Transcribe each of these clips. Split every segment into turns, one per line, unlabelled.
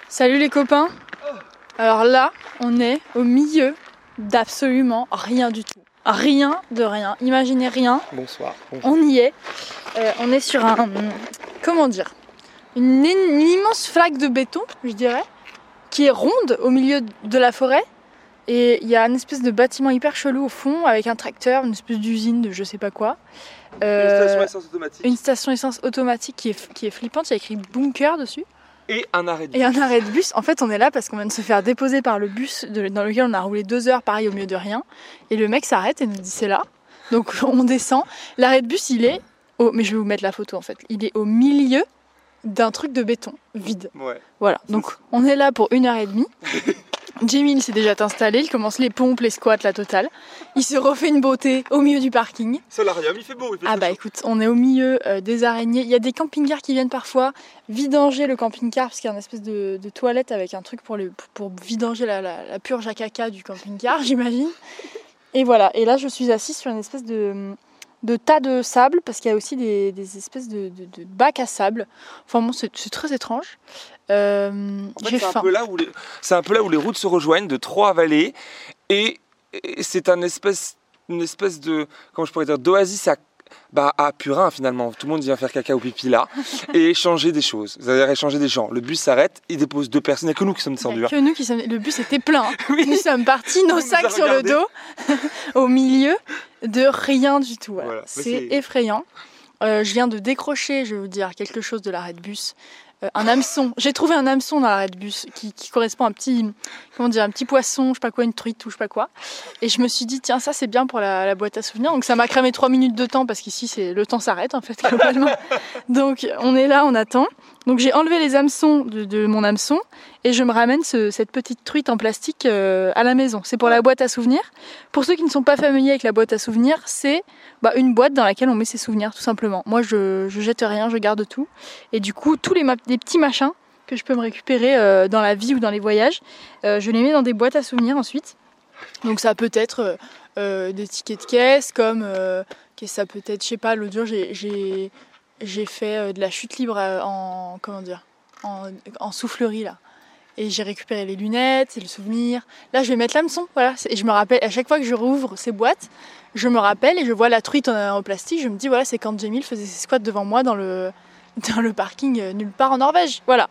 Salut les copains. Alors là, on est au milieu d'absolument rien du tout. Rien de rien. Imaginez rien.
Bonsoir.
On y est. On est sur un... Comment dire ? Une immense flaque de béton, je dirais, qui est ronde au milieu de la forêt. Et il y a une espèce de bâtiment hyper chelou au fond, avec un tracteur, une espèce d'usine de je sais pas quoi.
Une station essence automatique.
Une station essence automatique qui est flippante. Il y a écrit bunker dessus.
Et un arrêt de bus.
Et un arrêt de bus. En fait, on est là parce qu'on vient de se faire déposer par le bus dans lequel on a roulé 2 heures, pareil, au milieu de rien. Et le mec s'arrête et nous dit c'est là. Donc on descend. L'arrêt de bus, il est... Mais je vais vous mettre la photo en fait. Il est au milieu d'un truc de béton vide.
Ouais.
Voilà. Donc on est là pour 1h30. Jamil s'est déjà installé, il commence les pompes, les squats, la totale. Il se refait une beauté au milieu du parking.
Solarium, il fait beau, il fait
Ah bah
chaud.
écoute, on est au milieu des araignées. Il y a des camping-cars qui viennent parfois vidanger le camping-car parce qu'il y a une espèce de toilette avec un truc pour vidanger la purge à caca du camping-car, j'imagine. Et voilà, et là je suis assise sur une espèce de tas de sable parce qu'il y a aussi des espèces de bacs à sable. Enfin bon, c'est très étrange.
En fait,
J'ai
c'est
faim.
C'est un peu là où les routes se rejoignent de trois vallées et c'est une espèce de, comment je pourrais dire, d'oasis à Purin finalement. Tout le monde vient faire caca ou pipi là et échanger des choses, c'est-à-dire échanger des gens. Le bus s'arrête, il dépose 2 personnes, il n'y a que nous qui sommes descendus.
Que nous qui sommes... Le bus était plein. Hein.
Oui.
Nous sommes partis, nos
On nous a
sacs sur le
regardés.
dos, au milieu de rien du tout. Voilà.
Voilà.
C'est effrayant. Je viens de décrocher, je vais vous dire, quelque chose de l'arrêt de bus. Un hameçon. J'ai trouvé un hameçon dans l'arrêt de bus qui correspond à un petit poisson, je sais pas quoi, une truite ou je sais pas quoi. Et je me suis dit, tiens, ça c'est bien pour la boîte à souvenirs. Donc ça m'a cramé 3 minutes de temps parce qu'ici le temps s'arrête en fait globalement. Donc on est là, on attend. Donc j'ai enlevé les hameçons de mon hameçon et je me ramène cette petite truite en plastique à la maison. C'est pour la boîte à souvenirs. Pour ceux qui ne sont pas familiers avec la boîte à souvenirs, c'est une boîte dans laquelle on met ses souvenirs tout simplement. Moi je jette rien, je garde tout. Et du coup tous les petits machins que je peux me récupérer dans la vie ou dans les voyages, je les mets dans des boîtes à souvenirs ensuite. Donc ça peut être des tickets de caisse, comme ça peut être, je sais pas, l'autre jour j'ai fait de la chute libre en soufflerie là. Et j'ai récupéré les lunettes et le souvenir. Là je vais mettre l'hameçon, voilà. Et je me rappelle, à chaque fois que je rouvre ces boîtes, je me rappelle et je vois la truite en plastique, je me dis voilà, c'est quand Jamil faisait ses squats devant moi dans le parking nulle part en Norvège. Voilà.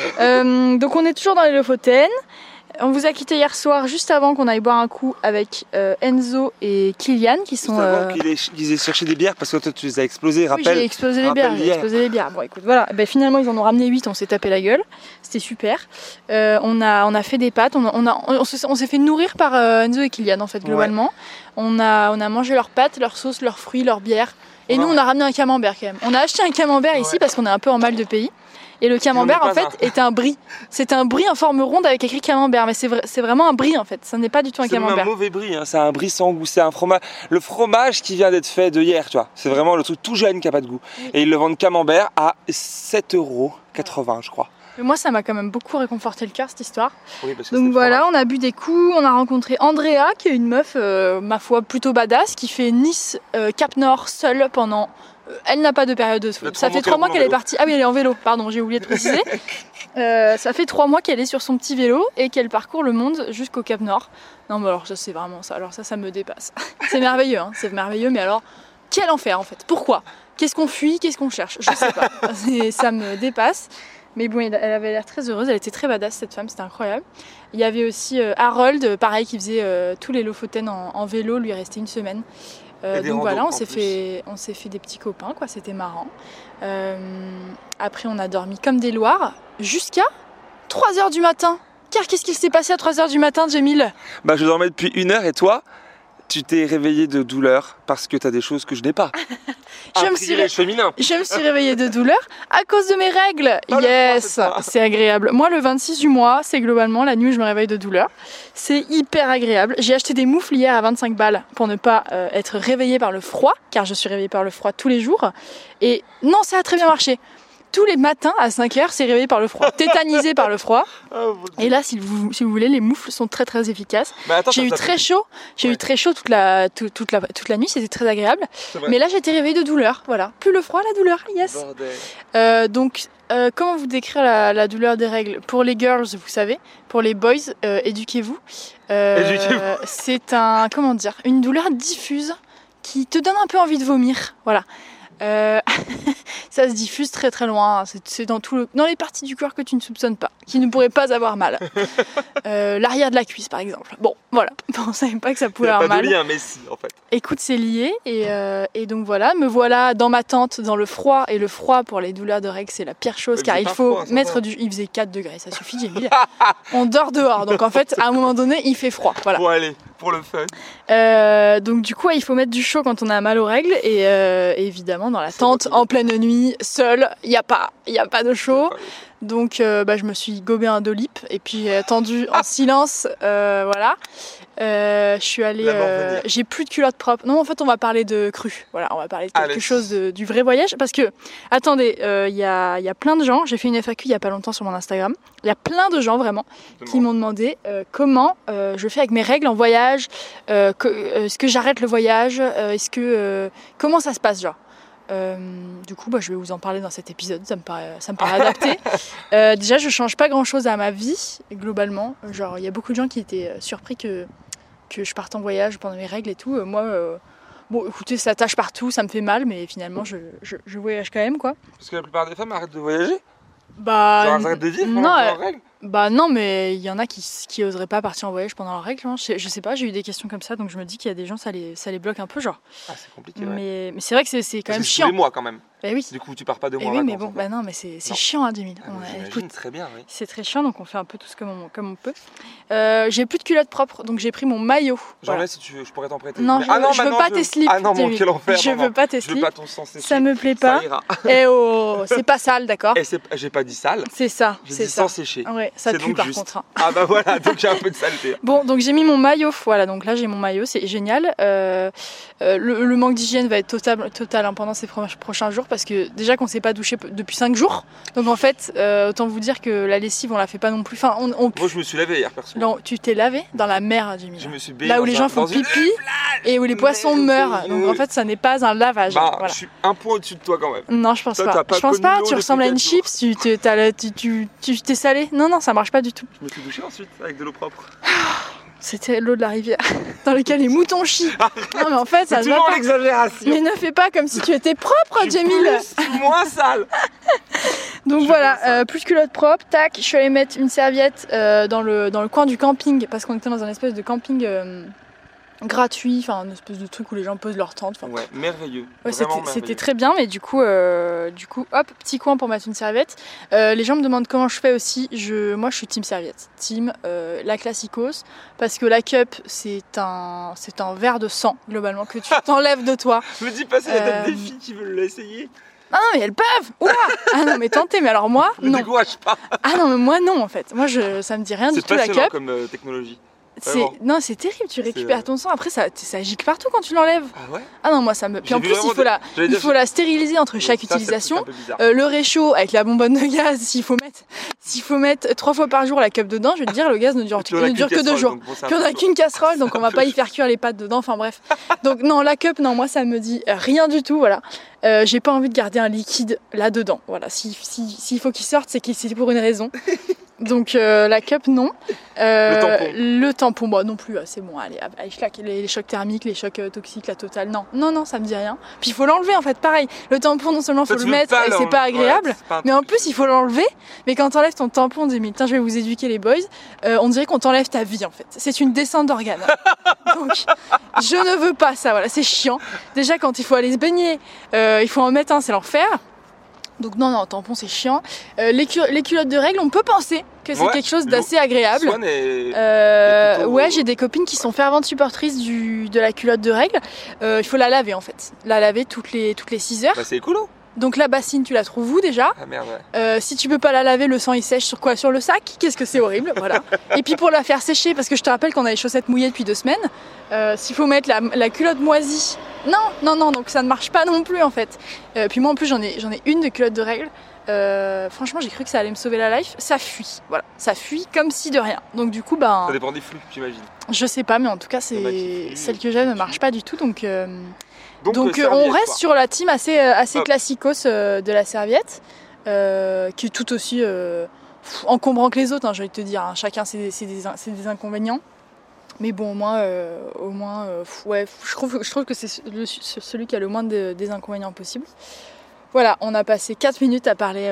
Donc on est toujours dans les Lofoten. On vous a quitté hier soir juste avant qu'on aille boire un coup avec Enzo et Kylian qui sont...
Juste avant qu'ils aient cherché des bières parce que toi tu les as explosées,
Oui,
rappelle.
j'ai explosé les bières. Bon écoute, voilà. Finalement ils en ont ramené 8, on s'est tapé la gueule. C'était super. On a fait des pâtes, on s'est fait nourrir par Enzo et Kylian en fait globalement. Ouais. On a mangé leurs pâtes, leurs sauces, leurs fruits, leurs bières. Et nous on a ramené un camembert quand même. On a acheté un camembert ici parce qu'on est un peu en mal de pays. Et le camembert en fait était un brie. C'était un brie en forme ronde avec écrit camembert, mais c'est vraiment un brie en fait. Ça n'est pas du tout un camembert.
C'est un mauvais brie, hein. C'est un brie sans goût. C'est un fromage, le fromage qui vient d'être fait de hier, tu vois. C'est vraiment le truc tout jeune qui a pas de goût. Oui. Et ils le vendent camembert à 7,80 €, je crois.
Mais moi, ça m'a quand même beaucoup réconforté le cœur cette histoire.
Oui, parce que
donc voilà, on a bu des coups, on a rencontré Andrea qui est une meuf, ma foi, plutôt badass, qui fait Nice Cap Nord seule pendant. Elle n'a pas de période de foot. Ça fait 3 mois qu'elle est partie. Ah oui, elle est en vélo, pardon, j'ai oublié de préciser. Ça fait 3 mois qu'elle est sur son petit vélo et qu'elle parcourt le monde jusqu'au Cap Nord. Non, mais alors ça, c'est vraiment ça. Alors ça me dépasse. C'est merveilleux, hein. C'est merveilleux, mais alors, quel enfer en fait. Pourquoi ? Qu'est-ce qu'on fuit ? Qu'est-ce qu'on cherche ? Je sais pas. Ça me dépasse. Mais bon, elle avait l'air très heureuse. Elle était très badass, cette femme. C'était incroyable. Il y avait aussi Harold, pareil, qui faisait tous les Lofoten en vélo. Lui, il restait 1 semaine. Donc voilà, on s'est fait des petits copains, quoi. C'était marrant. Après, on a dormi comme des loirs jusqu'à 3h du matin. Car qu'est-ce qu'il s'est passé à 3h du matin, Jamil ?
Je dormais depuis 1 heure et toi, tu t'es réveillée de douleur parce que tu as des choses que je n'ai pas. Je me suis
réveillée de douleur à cause de mes règles. Yes, c'est agréable. Moi, le 26 du mois, c'est globalement la nuit où je me réveille de douleur. C'est hyper agréable. J'ai acheté des moufles hier à 25 balles pour ne pas être réveillée par le froid, car je suis réveillée par le froid tous les jours. Et non, ça a très bien marché. Tous les matins à 5h, c'est réveillé par le froid, tétanisé par le froid. Et là, si vous voulez, les moufles sont très très efficaces. J'ai eu très chaud toute la nuit, c'était très agréable. Mais là, j'étais réveillée de douleur, voilà. Plus le froid, la douleur, yes. Donc comment vous décrire la douleur des règles? Pour les girls, vous savez, pour les boys, éduquez-vous.
Éduquez-vous.
C'est une douleur diffuse qui te donne un peu envie de vomir. Voilà. Ça se diffuse très très loin, c'est dans les parties du corps que tu ne soupçonnes pas, qui ne pourraient pas avoir mal. L'arrière de la cuisse par exemple. Bon, voilà, on ne savait pas que ça pouvait avoir mal.
Il n'y a pas de lien, mais si en fait.
Écoute, c'est lié, et donc voilà, me voilà dans ma tente, dans le froid, et le froid pour les douleurs de règles c'est la pire chose, car il faut mettre il faisait 4 degrés, ça suffit Jamil. On dort dehors, donc en fait à un moment donné il fait froid. Voilà.
Pour aller, pour le fun.
Donc du coup il faut mettre du chaud quand on a mal aux règles, et évidemment dans la tente, en pleine nuit, seule, il n'y a pas de chaud. Donc je me suis gobé un Dolip et puis j'ai attendu en silence, voilà. Je suis allée, j'ai plus de culotte propre. Non, en fait on va parler de cru. Voilà, on va parler de quelque chose du vrai voyage, parce que attendez, il y a plein de gens. J'ai fait une FAQ il y a pas longtemps sur mon Instagram. Il y a plein de gens vraiment qui m'ont demandé comment je fais avec mes règles en voyage. Est-ce que j'arrête le voyage? Comment ça se passe genre? Du coup, je vais vous en parler dans cet épisode, ça me paraît adapté. Déjà, je change pas grand-chose à ma vie, globalement. Genre, il y a beaucoup de gens qui étaient surpris que je parte en voyage pendant mes règles et tout. Moi, bon, écoutez, ça tâche partout, ça me fait mal, mais finalement, je voyage quand même, quoi.
Parce que la plupart des femmes arrêtent de voyager? Genre, elles arrêtent de vivre pendant leurs règles?
Non, mais il y en a qui oseraient pas partir en voyage pendant leurs règles. Hein. Je sais pas, j'ai eu des questions comme ça, donc je me dis qu'il y a des gens, ça les bloque un peu, genre.
Ah, c'est compliqué, ouais.
Mais c'est vrai que c'est quand même chiant.
C'est tous les mois quand même.
Oui.
Du coup, tu pars pas 2 mois en
oui,
vacances.
mais bon, non, mais c'est chiant, hein, 2000.
J'imagine très bien, oui.
C'est très chiant, donc on fait un peu tous comme on peut. J'ai plus de culotte propre, donc j'ai pris mon maillot.
J'en ai si tu veux, je pourrais t'en prêter.
Non, je veux pas tes slips.
Ah non, quel enfer.
Je veux pas tes slips.
Je veux pas ton sang séché.
Ça me plaît pas.
Ça ira.
Eh oh, c'est pas sale, d'accord?
Et j'ai pas dit sale.
C'est ça.
J'ai dit sans sécher.
Ouais, ça pue par contre.
Ah bah voilà, donc j'ai un peu de saleté.
Bon, donc j'ai mis mon maillot, voilà, donc là j'ai mon maillot, c'est génial. Le manque d'hygiène va être total hein, pendant ces prochains jours, parce que déjà qu'on s'est pas douché depuis 5 jours, donc en fait, autant vous dire que la lessive on la fait pas non plus. Enfin,
moi je me suis lavé hier perso.
Non, tu t'es lavé dans la mer, Jimmy.
Je me suis baigné
là où les gens font pipi et où les poissons meurent. Donc en fait, ça n'est pas un lavage. Voilà.
Je suis un point au-dessus de toi quand même.
Non, je pense pas. Je pense pas. Tu ressembles à une chips. Tu t'es salé. Non, ça marche pas du tout.
Je me suis douché ensuite avec de l'eau propre.
C'était l'eau de la rivière dans laquelle les moutons chient. Non mais en fait ça se voit pas.
L'exagération.
Mais ne fais pas comme si tu étais propre, Jamil.
Moins sale.
Donc voilà, plus de culotte propre. Tac, je suis allée mettre une serviette dans le coin du camping, parce qu'on était dans un espèce de camping gratuit, enfin une espèce de truc où les gens posent leur tente.
Ouais, merveilleux.
Ouais, c'était très bien, mais du coup, hop, petit coin pour mettre une serviette. Les gens me demandent comment je fais aussi. Moi, je suis team serviette, team la classicos, parce que la cup, c'est un verre de sang globalement que tu t'enlèves de toi.
Je me dis pas, il y a peut-être des filles qui veulent l'essayer.
Ah non, mais elles peuvent. Ouah. Ah non, mais tentez. Mais alors moi, non.
Me décourage pas.
Ah non, mais moi non en fait. Moi, ça me dit rien du tout la cup.
C'est passionnant comme technologie.
Non, c'est terrible, tu récupères ton sang, après ça gicle partout quand tu l'enlèves.
Ah ouais?
Ah non, moi ça me. Puis en plus, il faut la stériliser entre chaque utilisation. Le réchaud avec la bonbonne de gaz, s'il faut mettre 3 fois par jour la cup dedans, je veux te dire, le gaz ne dure que 2 jours. Puis on a qu'une casserole, donc on va pas y faire cuire les pâtes dedans, enfin bref. Donc non, la cup, non, moi ça me dit rien du tout, voilà. J'ai pas envie de garder un liquide là-dedans, voilà. S'il faut qu'il sorte, c'est pour une raison. Donc la cup non. Le tampon bah, non plus, c'est bon, allez, les chocs thermiques, les chocs toxiques, la totale, non, ça me dit rien. Puis il faut l'enlever en fait, pareil. Le tampon, non seulement il faut le mettre et c'est pas agréable, mais en plus il faut l'enlever. Mais quand t'enlèves ton tampon, on dit mais tiens, je vais vous éduquer les boys, on dirait qu'on t'enlève ta vie en fait. C'est une descente d'organes. Donc je ne veux pas ça, voilà, c'est chiant. Déjà quand il faut aller se baigner, il faut en mettre un, c'est l'enfer. Donc non, tampon c'est chiant. Les culottes de règles, on peut penser que c'est quelque chose d'assez agréable. Ouais, j'ai des copines qui sont ferventes supportrices de la culotte de règles. Il faut la laver en fait. La laver toutes les 6 heures.
Bah c'est écolo.
Donc la bassine, tu la trouves où déjà?
Ah merde, ouais.
Si tu peux pas la laver, le sang il sèche sur quoi? Sur le sac? Qu'est-ce que c'est horrible, voilà. Et puis pour la faire sécher, parce que je te rappelle qu'on a les chaussettes mouillées depuis 2 semaines, s'il faut mettre la culotte moisie, non, donc ça ne marche pas non plus en fait. Puis moi en plus j'en ai une de culotte de règles. Franchement j'ai cru que ça allait me sauver la life. Ça fuit, voilà, ça fuit comme si de rien. Donc du coup ça
dépend des flux, j'imagine.
Je sais pas, mais en tout cas celle que j'ai ne marche pas du tout, donc on reste sur la team assez classicos de la serviette. qui est tout aussi encombrant que les autres, hein, j'ai envie de te dire. Hein. Chacun c'est des inconvénients. Mais bon, au moins, ouais, je trouve que c'est celui qui a le moins des inconvénients possibles. Voilà, on a passé 4 minutes à parler.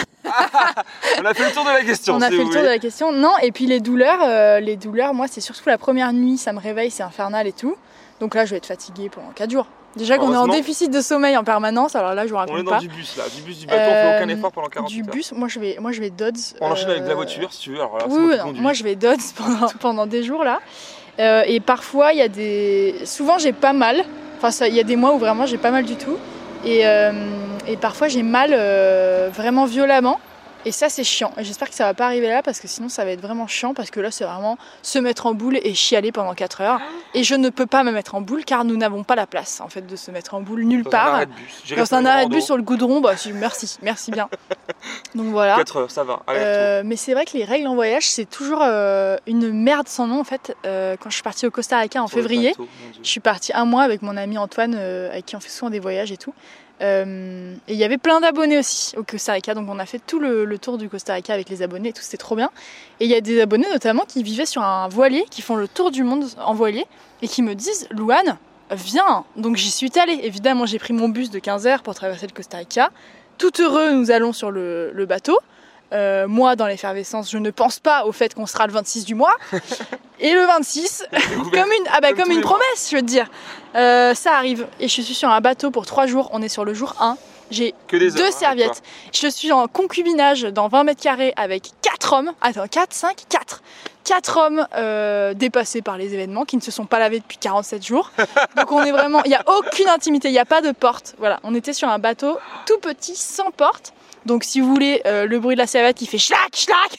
On a fait le tour de la question.
On a fait le tour de la question. Non, et puis les douleurs, moi, c'est surtout la première nuit, ça me réveille, c'est infernal et tout. Donc là, je vais être fatiguée pendant 4 jours. Déjà qu'on est en déficit de sommeil en permanence, alors là, je vous raconte pas.
On est dans du bus, là. Du bus, du bateau, on fait aucun effort pendant 48 heures.
Du bus, moi, je vais Dodds.
On enchaîne avec de la voiture, si tu veux. Alors là,
oui, non, moi, je vais Dodds pendant des jours, là. Et parfois, il y a des... Souvent, j'ai pas mal. Enfin, il y a des mois où vraiment, j'ai pas mal du tout. Et parfois j'ai mal vraiment violemment et ça c'est chiant et j'espère que ça va pas arriver là parce que sinon ça va être vraiment chiant parce que là c'est vraiment se mettre en boule et chialer pendant 4 heures et je ne peux pas me mettre en boule car nous n'avons pas la place en fait de se mettre en boule nulle part. Dans un arrêt de bus sur le goudron, bah merci bien. Donc voilà.
4 heures, ça va.
Mais c'est vrai que les règles en voyage c'est toujours une merde sans nom en fait. Quand je suis partie au Costa Rica en février, bateau, je suis partie 1 mois avec mon ami Antoine avec qui on fait souvent des voyages et tout. Et il y avait plein d'abonnés aussi au Costa Rica, donc on a fait tout le tour du Costa Rica avec les abonnés et tout, c'était trop bien. Et il y a des abonnés notamment qui vivaient sur un voilier, qui font le tour du monde en voilier et qui me disent « Louane, viens !» Donc j'y suis allée, évidemment j'ai pris mon bus de 15 heures pour traverser le Costa Rica. Tout heureux, nous allons sur le bateau. Moi, dans l'effervescence, je ne pense pas au fait qu'on sera le 26 du mois. Et le 26, comme une promesse, je veux te dire. Ça arrive. Et je suis sur un bateau pour 3 jours. On est sur le jour 1. J'ai 2 serviettes. Je suis en concubinage dans 20 mètres carrés avec 4 hommes. Attends, 4, 5, 4. 4 hommes dépassés par les événements qui ne se sont pas lavés depuis 47 jours. Donc on est vraiment... Il n'y a aucune intimité, il n'y a pas de porte. Voilà, on était sur un bateau tout petit, sans porte. Donc si vous voulez le bruit de la serviette qui fait schlac, schlac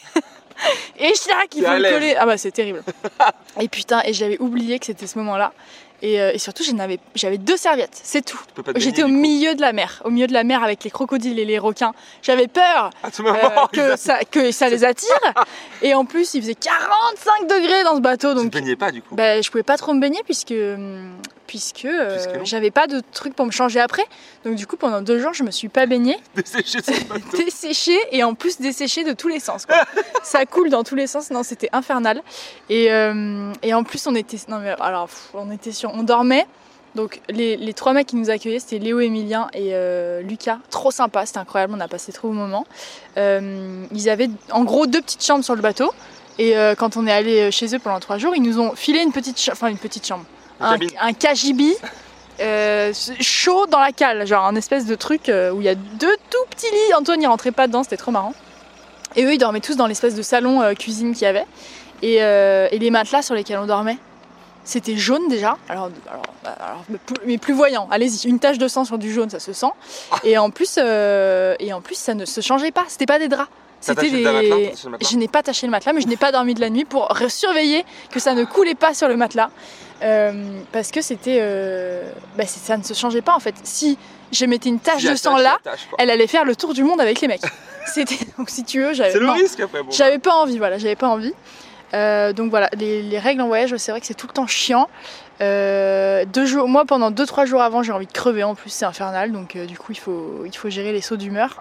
et schlac, il faut le coller. Ah bah c'est terrible. Et putain, et j'avais oublié que c'était ce moment-là. Et surtout j'avais 2 serviettes, c'est tout. J'étais au milieu de la mer avec les crocodiles et les requins. J'avais peur que ça les attire. Et en plus il faisait 45 degrés dans ce bateau. Donc,
tu te baignais pas du coup?
Je pouvais pas trop me baigner puisque j'avais pas de truc pour me changer après. Donc du coup pendant 2 jours je me suis pas baignée. Desséchée et en plus desséchée de tous les sens quoi. Ça coule dans tous les sens, non c'était infernal. Et en plus on dormait. Donc les 3 mecs qui nous accueillaient c'était Léo, Emilien et Lucas. Trop sympa, c'était incroyable, on a passé trop beau moment. Ils avaient en gros 2 petites chambres sur le bateau. Et quand on est allé chez eux pendant 3 jours, ils nous ont filé une petite chambre. Un cagibi chaud dans la cale, genre un espèce de truc où il y a 2 tout petits lits. Antoine il rentrait pas dedans, c'était trop marrant. Et eux ils dormaient tous dans l'espèce de salon cuisine qu'il y avait. Et les matelas sur lesquels on dormait, c'était jaune déjà. Mais plus voyant. Allez-y, une tache de sang sur du jaune, ça se sent. Et en plus, ça ne se changeait pas. C'était pas des draps. Je n'ai pas taché le matelas, mais je n'ai pas dormi de la nuit pour surveiller que ça ne coulait pas sur le matelas. Parce que ça ne se changeait pas en fait. Si je mettais une tache de sang là, elle allait faire le tour du monde avec les mecs. Donc si tu veux,
c'est le risque après.
J'avais pas envie, voilà, j'avais pas envie. Donc voilà, les règles en voyage, c'est vrai que c'est tout le temps chiant. Moi pendant 2-3 jours avant, j'ai envie de crever en plus, c'est infernal. Donc du coup, il faut gérer les sauts d'humeur.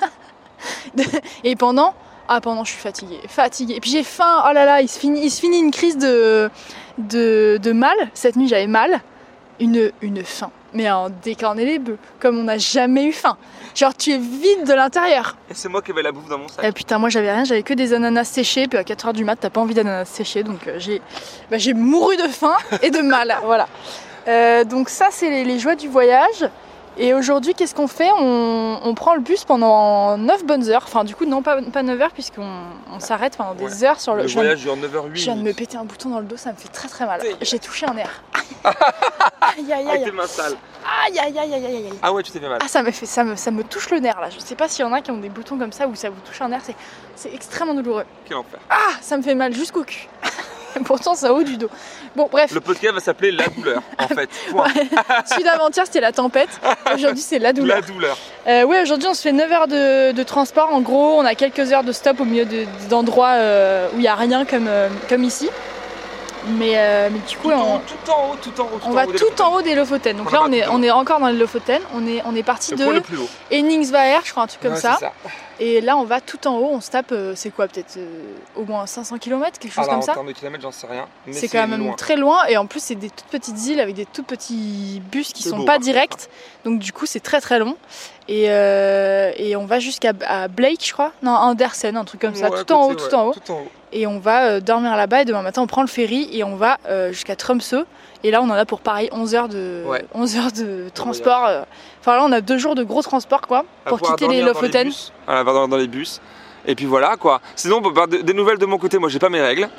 Et pendant, je suis fatiguée. Et puis j'ai faim, oh là là, il se finit une crise de mal. Cette nuit j'avais mal, une faim. Mais en décorner les bœufs, comme on n'a jamais eu faim. Genre tu es vide de l'intérieur.
Et c'est moi qui avais la bouffe dans mon sac.
Et putain, moi j'avais rien, j'avais que des ananas séchés. Puis à 4h du mat, t'as pas envie d'ananas séchés. Donc j'ai mouru de faim et de mal. Voilà. Donc ça c'est les joies du voyage. Et aujourd'hui, qu'est-ce qu'on fait ? On prend le bus pendant 9 bonnes heures. Enfin, du coup, non, pas 9 heures, puisqu'on s'arrête pendant des heures sur le
voyage dure 9h08.
Je viens de me péter un bouton dans le dos, ça me fait très très mal. J'ai touché un nerf. Aïe, aïe, aïe.
Avec tes mains sales.
Aïe, aïe, aïe, aïe, aïe.
Ah ouais, tu t'es fait mal.
Ah, ça me touche le nerf là. Je sais pas s'il y en a qui ont des boutons comme ça où ça vous touche un nerf. C'est extrêmement douloureux.
Quel enfer.
Ah, ça me fait mal jusqu'au cul. Pourtant, c'est en haut du dos. Bon, bref.
Le podcast va s'appeler La Douleur, en fait. Point.
Ouais. Celui d'avant-hier, c'était la tempête. Aujourd'hui, c'est la douleur.
La douleur.
Ouais, aujourd'hui, on se fait 9 heures de transport. En gros, on a quelques heures de stop au milieu d'endroits où il n'y a rien comme ici. Mais du coup,
tout en haut.
On va tout en haut des Lofoten. Donc là, on est encore dans les Lofoten. On est parti de Henningsvær, je crois, un truc comme ça. Et là, on va tout en haut. On se tape, c'est quoi, peut-être au moins 500 km, quelque chose comme ça.
En termes de kilomètres, j'en sais rien.
C'est quand même très loin. Et en plus, c'est des toutes petites îles avec des tout petits bus qui sont pas directs. Donc du coup, c'est très très long. Et on va jusqu'à Blake, je crois. Non, Andersen, un truc comme ça. Tout en haut. Et on va dormir là-bas. Et demain matin, on prend le ferry et on va jusqu'à Tromsø. Et là, on en a pour pareil 11 heures de transport. Enfin là, on a 2 jours de gros transport quoi, pour quitter les Lofoten.
Voilà, va dormir dans les bus. Et puis voilà quoi. Sinon, des nouvelles de mon côté, moi j'ai pas mes règles.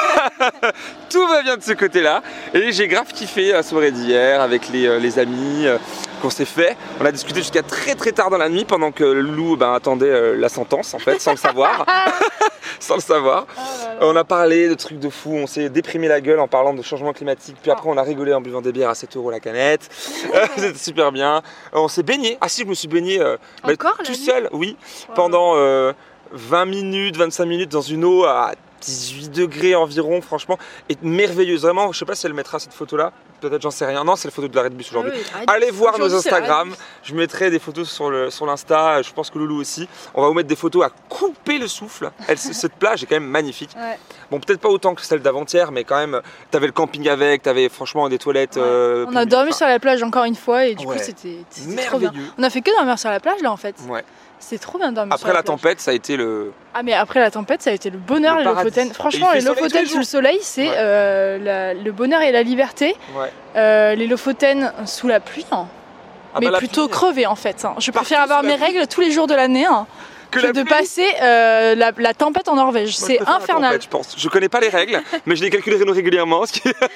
Tout va bien de ce côté-là. Et j'ai grave kiffé la soirée d'hier avec les amis qu'on s'est fait. On a discuté jusqu'à très très tard dans la nuit pendant que Loulou attendait la sentence en fait, sans le savoir. Sans le savoir. On a parlé de trucs de fou, on s'est déprimé la gueule en parlant de changement climatique. Puis après on a rigolé en buvant des bières à 7 € la canette. C'était super bien. On s'est baigné. Ah si, je me suis baigné tout seul, oui, pendant 20 minutes, 25 minutes dans une eau à 18 degrés environ, franchement, et merveilleuse, vraiment. Je sais pas si elle mettra cette photo là, peut-être, j'en sais rien. Non, c'est la photo de la Redbus aujourd'hui. Allez voir nos Instagram, je mettrai des photos sur l'Insta, je pense que Loulou aussi. On va vous mettre des photos à couper le souffle. Cette plage est quand même magnifique. Bon, peut-être pas autant que celle d'avant-hier, mais quand même, t'avais le camping avec, t'avais franchement des toilettes.
On a dormi sur la plage encore une fois et du coup c'était trop bien. On a fait que dormir sur la plage là en fait. C'est trop bien dormir sur la plage.
Après la tempête, ça a été le...
Ah mais après la tempête, ça a été le bonheur, les Lofoten. Franchement, les Lofoten sous le soleil, c'est le bonheur et la liberté. Les Lofoten sous la pluie, mais plutôt crevé en fait. Je préfère avoir mes règles tous les jours de l'année que de passer la tempête en Norvège. C'est infernal.
Je pense. Je connais pas les règles, mais je les calcule régulièrement.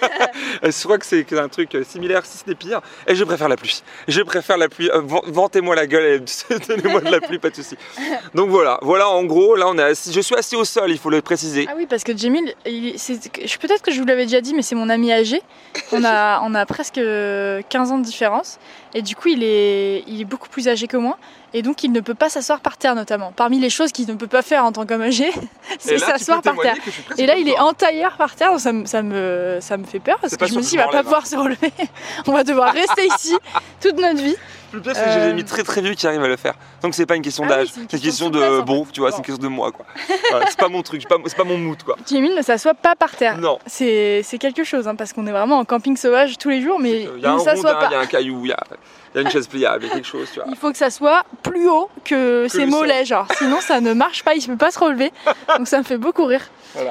Je crois que c'est un truc similaire, si ce n'est pire. Et je préfère la pluie. Je préfère la pluie. Vantez-moi la gueule et donnez-moi de la pluie, pas de soucis. Donc voilà, en gros, là on est assis. Je suis assis au sol, il faut le préciser.
Ah oui, parce que Jamil, peut-être que je vous l'avais déjà dit, mais c'est mon ami âgé. On a presque 15 ans de différence. Et du coup, il est beaucoup plus âgé que moi. Et donc, il ne peut pas s'asseoir par terre, notamment. Parmi les choses qu'il ne peut pas faire en tant qu'homme âgé, c'est s'asseoir par terre. Et là, il est en tailleur par terre. Donc ça me fait peur parce que je me dis qu'il ne va pas pouvoir se relever. On va devoir rester ici toute notre vie.
Le pire, c'est que j'ai des amis très très vieux qui arrivent à le faire. Donc, c'est pas une question d'âge. C'est une question de bon, tu vois, c'est une question de moi, quoi. C'est pas mon truc, c'est pas mon mood, quoi.
Jamil ne s'assoit pas par terre.
Non.
C'est quelque chose, parce qu'on est vraiment en camping sauvage tous les jours, mais il ne s'assoit pas.
Il y a un caillou, il y a une chaise pliable, il y a quelque chose, tu vois.
Il faut que ça soit plus haut que ses mollets, genre. Sinon, ça ne marche pas, il ne peut pas se relever. Donc, ça me fait beaucoup rire.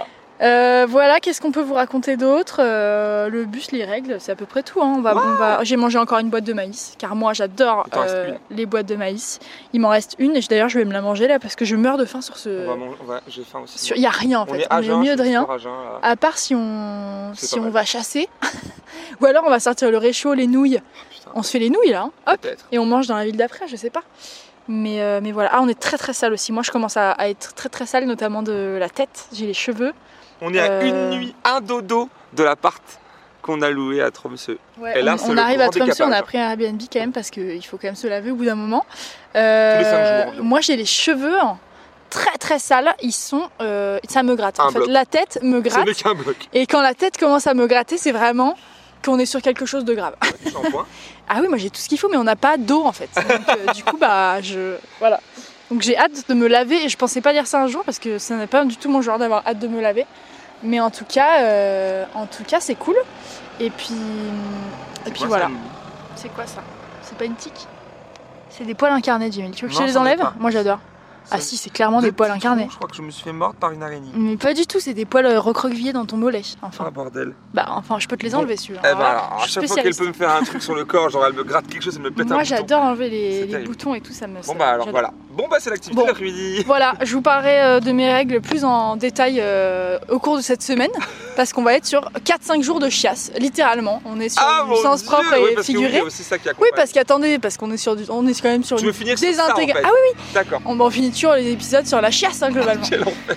Voilà, qu'est-ce qu'on peut vous raconter d'autre? Le bus, les règles, c'est à peu près tout. J'ai mangé encore une boîte de maïs, car moi j'adore les boîtes de maïs. Il m'en reste une et d'ailleurs je vais me la manger là parce que je meurs de faim sur ce...
J'ai faim aussi.
Il n'y a rien en fait, on est au milieu de rien. À part si on va chasser. Ou alors on va sortir le réchaud, les nouilles. On se fait les nouilles là, hop, et on mange dans la ville d'après, je sais pas. Mais voilà, on est très très sale aussi. Moi je commence à être très très sale, notamment de la tête, j'ai les cheveux.
On est à une nuit, un dodo de l'appart qu'on a loué à Tromsø.
Et là, on arrive à Tromsø, on a pris un Airbnb quand même parce qu'il faut quand même se laver au bout d'un moment.
Tous les 5 jours.
Moi j'ai les cheveux très très sales, ils sont, ça me gratte. En fait, la tête me gratte.
C'est qu'un bloc.
Et quand la tête commence à me gratter, c'est vraiment qu'on est sur quelque chose de grave. Ah oui, moi j'ai tout ce qu'il faut, mais on n'a pas d'eau en fait. Donc du coup, voilà. Donc j'ai hâte de me laver et je pensais pas dire ça un jour parce que ça n'est pas du tout mon genre d'avoir hâte de me laver. Mais en tout cas c'est cool. Et puis voilà. C'est quoi ça? C'est pas une tique? C'est des poils incarnés, Jamil. Tu veux que je les enlève? Moi j'adore. Ah si, c'est clairement des poils incarnés.
Je crois que je me suis fait mordre par une araignée.
Mais pas du tout, c'est des poils recroquevillés dans ton mollet. Enfin.
Ah bordel.
Enfin, je peux te les enlever si tu veux.
Alors, à chaque fois qu'elle peut me faire un truc sur le corps, genre elle me gratte quelque chose, elle me pète un bouton.
Moi j'adore enlever les boutons et tout, ça me...
Voilà. C'est l'activité de l'après-midi.
Voilà, je vous parlerai de mes règles plus en détail au cours de cette semaine. Parce qu'on va être sur 4-5 jours de chiasse, littéralement. On est sur du sens propre et figuré. Oui, parce qu'attendez, parce qu'on est quand même sur une désintégration. Ah oui.
D'accord.
On finit toujours les épisodes sur la chiasse, globalement.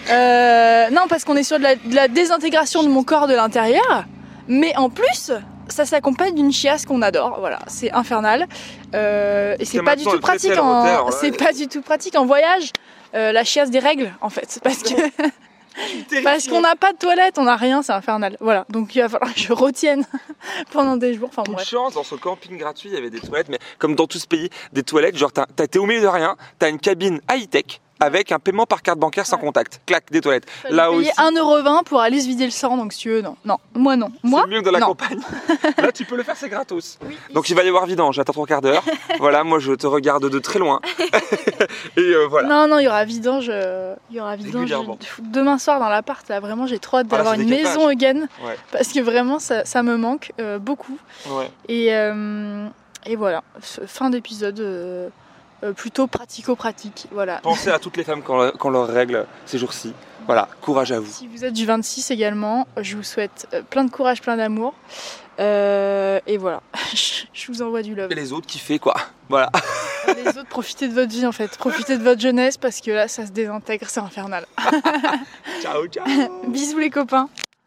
Non, parce qu'on est sur de la désintégration de mon corps de l'intérieur. Mais en plus, ça s'accompagne d'une chiasse qu'on adore. Voilà, c'est infernal. Et c'est pas du tout pratique pas du tout pratique en voyage. La chiasse des règles, en fait. Parce que... Parce qu'on n'a pas de toilette, on n'a rien, c'est infernal. Voilà, donc il va falloir que je retienne pendant des jours. Enfin
Coup de
bref.
chance, dans ce camping gratuit, il y avait des toilettes, mais comme dans tout ce pays, des toilettes, genre t'es au milieu de rien, t'as une cabine high-tech avec un paiement par carte bancaire sans contact. Clac, des toilettes.
Là aussi. 1,20€ pour aller se vider le sang, donc si tu veux, non. Non, moi non. Moi,
c'est mieux que dans la
non.
campagne. Là, tu peux le faire, c'est gratos.
Oui,
donc il va y avoir vidange, j'attends 3 quarts d'heure. Voilà, moi je te regarde de très loin. Et voilà.
Non, il y aura vidange. Il y aura vidange
Régulièrement.
demain soir dans l'appart. Là, vraiment, j'ai trop hâte d'avoir
c'est
une
des capages.
maison again.
Ouais.
Parce que vraiment, ça me manque beaucoup.
Ouais.
Et voilà, fin d'épisode plutôt pratico-pratique. Voilà.
Pensez à toutes les femmes quand leur règle ces jours-ci. Voilà, courage à vous.
Si vous êtes du 26 également, je vous souhaite plein de courage, plein d'amour. Et voilà, je vous envoie du love.
Et les autres kiffez quoi. Voilà.
Les autres, profitez de votre vie en fait. Profitez de votre jeunesse parce que là, ça se désintègre, c'est infernal.
Ciao, ciao.
Bisous les copains.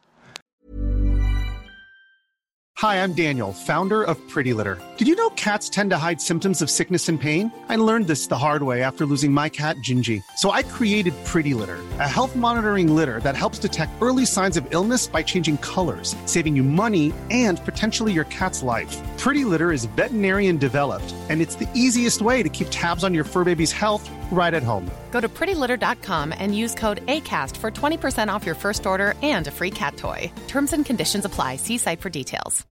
Hi, I'm Daniel, founder of Pretty Litter. Did you know cats tend to hide symptoms of sickness and pain? I learned this the hard way after losing my cat, Gingy. So I created Pretty Litter, a health monitoring litter that helps detect early signs of illness by changing colors, saving you money and potentially your cat's life. Pretty Litter is veterinarian developed, and it's the easiest way to keep tabs on your fur baby's health right at home.
Go to prettylitter.com and use code ACAST for 20% off your first order and a free cat toy. Terms and conditions apply. See site for details.